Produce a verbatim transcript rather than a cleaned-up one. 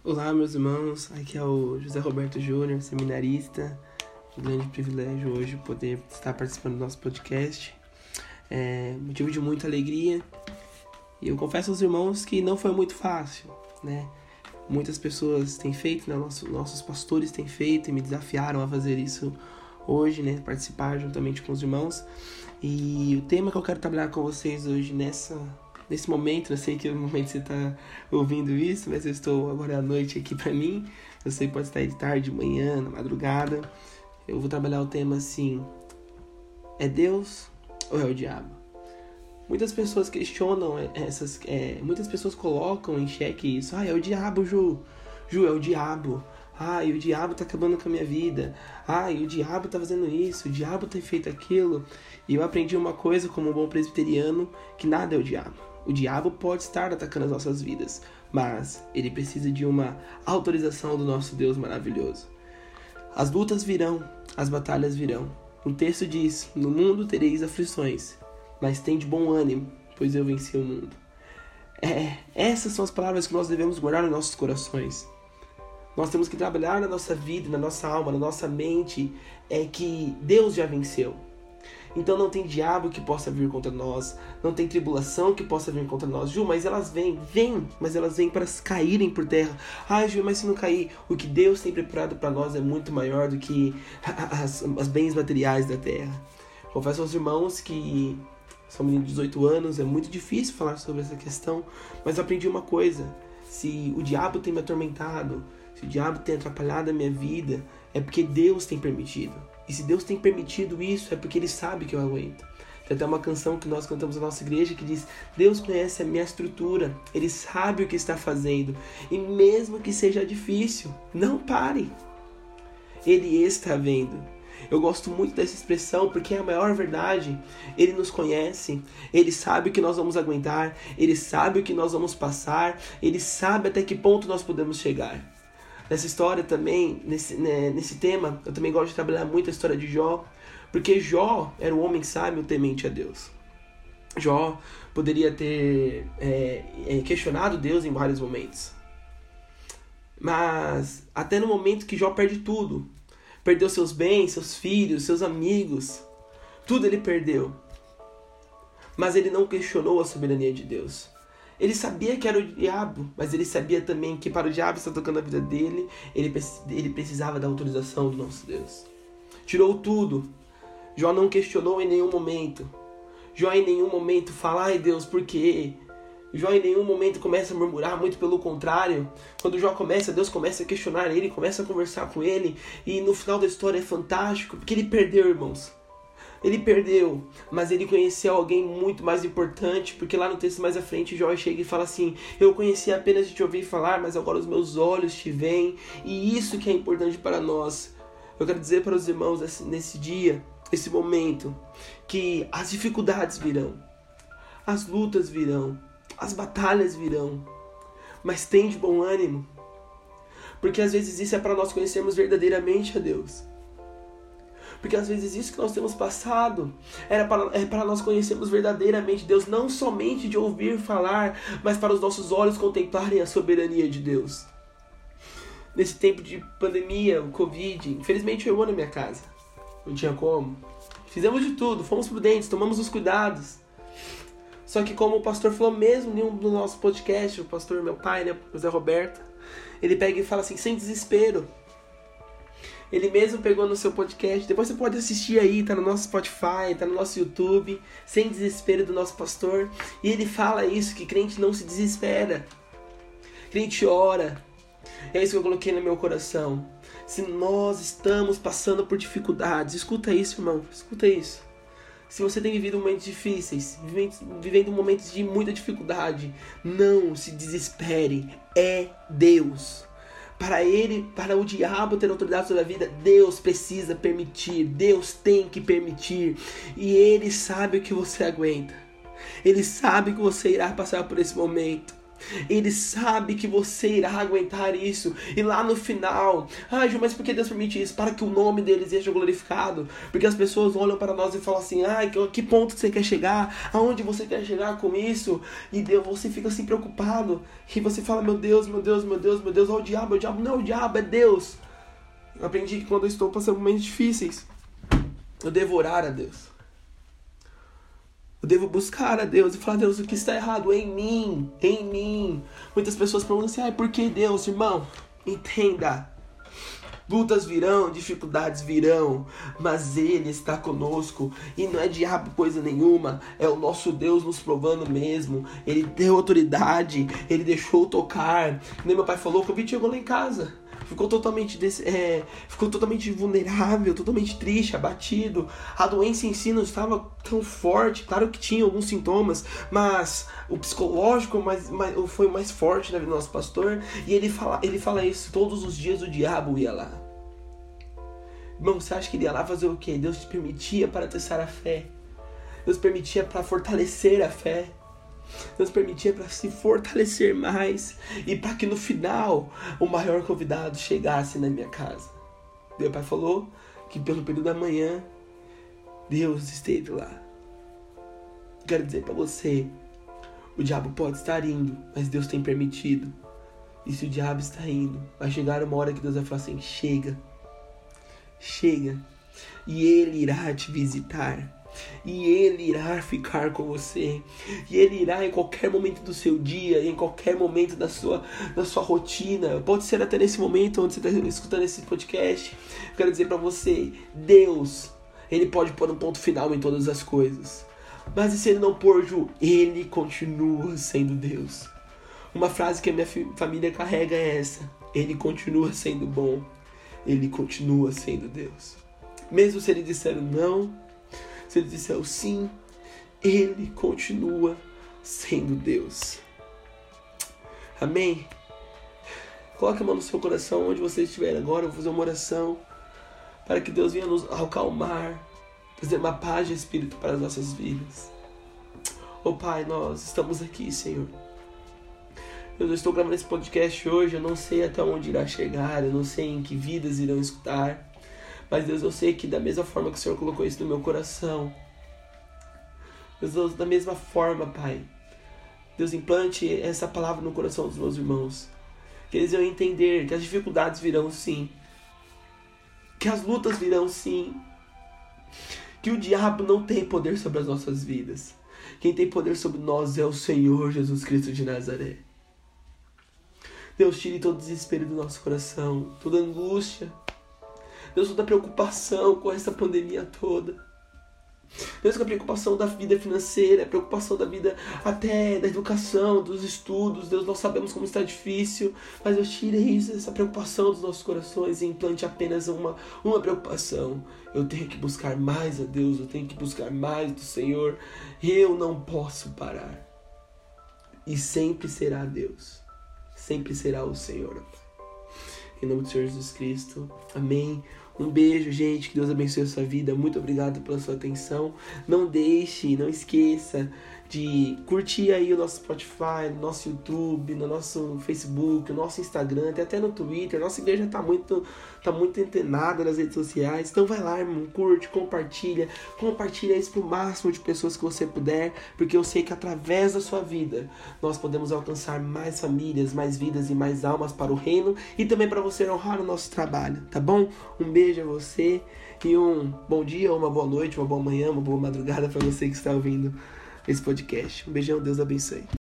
Olá, meus irmãos, aqui é o José Roberto Júnior, seminarista. Um grande privilégio hoje poder estar participando do nosso podcast. É motivo de muita alegria. E eu confesso aos irmãos que não foi muito fácil, né? Muitas pessoas têm feito, né? Nossos, nossos pastores têm feito e me desafiaram a fazer isso hoje, né? Participar juntamente com os irmãos. E o tema que eu quero trabalhar com vocês hoje nessa... Nesse momento, eu sei que no momento você está ouvindo isso, mas eu estou agora à noite aqui para mim. Eu sei que pode estar de tarde, de manhã, na madrugada. Eu vou trabalhar o tema assim: é Deus ou é o diabo? Muitas pessoas questionam essas... É, muitas pessoas colocam em xeque isso. Ah, é o diabo, Ju. Ju, é o diabo. Ah, e o diabo tá acabando com a minha vida. Ah, e o diabo tá fazendo isso. O diabo tem feito aquilo. E eu aprendi uma coisa como um bom presbiteriano, que nada é o diabo. O diabo pode estar atacando as nossas vidas, mas ele precisa de uma autorização do nosso Deus maravilhoso. As lutas virão, as batalhas virão. O texto diz: no mundo tereis aflições, mas tende bom ânimo, pois eu venci o mundo. É, essas são as palavras que nós devemos guardar nos nossos corações. Nós temos que trabalhar na nossa vida, na nossa alma, na nossa mente, é que Deus já venceu. Então não tem diabo que possa vir contra nós, não tem tribulação que possa vir contra nós. Ju, mas elas vêm, vêm, mas elas vêm para caírem por terra. Ai, Ju, mas se não cair, o que Deus tem preparado para nós é muito maior do que as, as bens materiais da terra. Confesso aos irmãos que são meninos de dezoito anos, é muito difícil falar sobre essa questão, mas eu aprendi uma coisa: se o diabo tem me atormentado, se o diabo tem atrapalhado a minha vida, é porque Deus tem permitido. E se Deus tem permitido isso, é porque Ele sabe que eu aguento. Tem até uma canção que nós cantamos na nossa igreja que diz: Deus conhece a minha estrutura, Ele sabe o que está fazendo. E mesmo que seja difícil, não pare. Ele está vendo. Eu gosto muito dessa expressão porque é a maior verdade. Ele nos conhece, Ele sabe o que nós vamos aguentar, Ele sabe o que nós vamos passar, Ele sabe até que ponto nós podemos chegar. Nessa história também, nesse, né, nesse tema, eu também gosto de trabalhar muito a história de Jó, porque Jó era um homem sábio, temente a Deus. Jó poderia ter é, é, questionado Deus em vários momentos. Mas até no momento que Jó perde tudo, perdeu seus bens, seus filhos, seus amigos, tudo ele perdeu. Mas ele não questionou a soberania de Deus. Ele sabia que era o diabo, mas ele sabia também que para o diabo estar tocando a vida dele, ele, ele precisava da autorização do nosso Deus. Tirou tudo. Jó não questionou em nenhum momento. Jó em nenhum momento fala: ai Deus, por quê? Jó em nenhum momento começa a murmurar, muito pelo contrário. Quando Jó começa, Deus começa a questionar ele, começa a conversar com ele. E no final da história é fantástico, porque ele perdeu, irmãos. Ele perdeu, mas ele conheceu alguém muito mais importante, porque lá no texto mais à frente, Jó chega e fala assim: eu conheci apenas de te ouvir falar, mas agora os meus olhos te veem, e isso que é importante para nós. Eu quero dizer para os irmãos nesse, nesse dia, nesse momento, que as dificuldades virão, as lutas virão, as batalhas virão, mas tem de bom ânimo, porque às vezes isso é para nós conhecermos verdadeiramente a Deus. Porque às vezes isso que nós temos passado era para, é para nós conhecermos verdadeiramente Deus, não somente de ouvir falar, mas para os nossos olhos contemplarem a soberania de Deus. Nesse tempo de pandemia, o Covid, infelizmente eu vou na minha casa, não tinha como. Fizemos de tudo, fomos prudentes, tomamos os cuidados. Só que como o pastor falou mesmo em um do nosso podcast, o pastor, meu pai, né, José Roberto, ele pega e fala assim: sem desespero. Ele mesmo pegou no seu podcast, depois você pode assistir aí, tá no nosso Spotify, tá no nosso YouTube, Sem Desespero, do nosso pastor. E ele fala isso, que crente não se desespera, crente ora. É isso que eu coloquei no meu coração. Se nós estamos passando por dificuldades, escuta isso, irmão, escuta isso. Se você tem vivido momentos difíceis, vivendo momentos de muita dificuldade, não se desespere, é Deus. Para ele, para o diabo ter autoridade sobre a vida, Deus precisa permitir, Deus tem que permitir. E Ele sabe o que você aguenta, Ele sabe que você irá passar por esse momento. Ele sabe que você irá aguentar isso. E lá no final, ah, Ju, mas por que Deus permite isso? Para que o nome dele seja glorificado. Porque as pessoas olham para nós e falam assim, ah, que, que ponto você quer chegar? Aonde você quer chegar com isso? E Deus, você fica assim preocupado. E você fala, meu Deus, meu Deus, meu Deus, meu Deus, ó o diabo, o diabo. Não, o diabo é Deus. Eu aprendi que quando eu estou passando momentos difíceis, eu devo orar a Deus. Eu devo buscar a Deus e falar, Deus, o que está errado em mim, em mim. Muitas pessoas perguntam assim, ah, por que Deus, irmão? Entenda, lutas virão, dificuldades virão, mas Ele está conosco. E não é diabo coisa nenhuma, é o nosso Deus nos provando mesmo. Ele deu autoridade, Ele deixou tocar. Nem meu pai falou que o Vitor chegou lá em casa. Ficou totalmente, é, ficou totalmente vulnerável, totalmente triste, abatido. A doença em si não estava tão forte. Claro que tinha alguns sintomas, mas o psicológico mais, mais, foi mais forte na vida do nosso pastor. E ele fala, ele fala isso, todos os dias o diabo ia lá. Irmão, você acha que ele ia lá fazer o quê? Deus te permitia para testar a fé. Deus permitia para fortalecer a fé. Deus permitia para se fortalecer mais e para que no final o maior convidado chegasse na minha casa. Meu pai falou que pelo período da manhã Deus esteve lá. Quero dizer para você, o diabo pode estar indo, mas Deus tem permitido. E se o diabo está indo, vai chegar uma hora que Deus vai falar assim, chega, chega, e Ele irá te visitar. E Ele irá ficar com você. E Ele irá em qualquer momento do seu dia, em qualquer momento da sua, da sua rotina. Pode ser até nesse momento onde você está escutando esse podcast. Eu quero dizer para você, Deus, Ele pode pôr um ponto final em todas as coisas. Mas e se Ele não pôr, Ju? Ele continua sendo Deus. Uma frase que a minha família carrega é essa: Ele continua sendo bom. Ele continua sendo Deus. Mesmo se Ele disser não, se Ele disser o sim, Ele continua sendo Deus. Amém? Coloque a mão no seu coração, onde você estiver agora. Eu vou fazer uma oração para que Deus venha nos acalmar, trazer uma paz de espírito para as nossas vidas. Oh Pai, nós estamos aqui, Senhor. Eu estou gravando esse podcast hoje, eu não sei até onde irá chegar, eu não sei em que vidas irão escutar. Mas Deus, eu sei que da mesma forma que o Senhor colocou isso no meu coração, Deus, da mesma forma, Pai, Deus, implante essa palavra no coração dos meus irmãos. Que eles venham entender que as dificuldades virão sim. Que as lutas virão sim. Que o diabo não tem poder sobre as nossas vidas. Quem tem poder sobre nós é o Senhor Jesus Cristo de Nazaré. Deus, tire todo o desespero do nosso coração, toda angústia. Deus, toda a preocupação com essa pandemia toda. Deus, com a preocupação da vida financeira, a preocupação da vida até da educação, dos estudos. Deus, nós sabemos como está difícil, mas Deus, tire isso, essa preocupação dos nossos corações e implante apenas uma, uma preocupação. Eu tenho que buscar mais a Deus, eu tenho que buscar mais do Senhor. Eu não posso parar. E sempre será Deus. Sempre será o Senhor, Pai. Em nome do Senhor Jesus Cristo. Amém. Um beijo, gente. Que Deus abençoe a sua vida. Muito obrigado pela sua atenção. Não deixe, não esqueça de curtir aí o nosso Spotify, no nosso YouTube, no nosso Facebook, no nosso Instagram, até, até no Twitter. Nossa igreja tá muito, tá muito antenada nas redes sociais. Então vai lá, irmão, curte, compartilha. Compartilha isso pro máximo de pessoas que você puder, porque eu sei que através da sua vida nós podemos alcançar mais famílias, mais vidas e mais almas para o reino e também para você honrar o nosso trabalho, tá bom? Um beijo a você e um bom dia, uma boa noite, uma boa manhã, uma boa madrugada para você que está ouvindo esse podcast. Um beijão, Deus abençoe.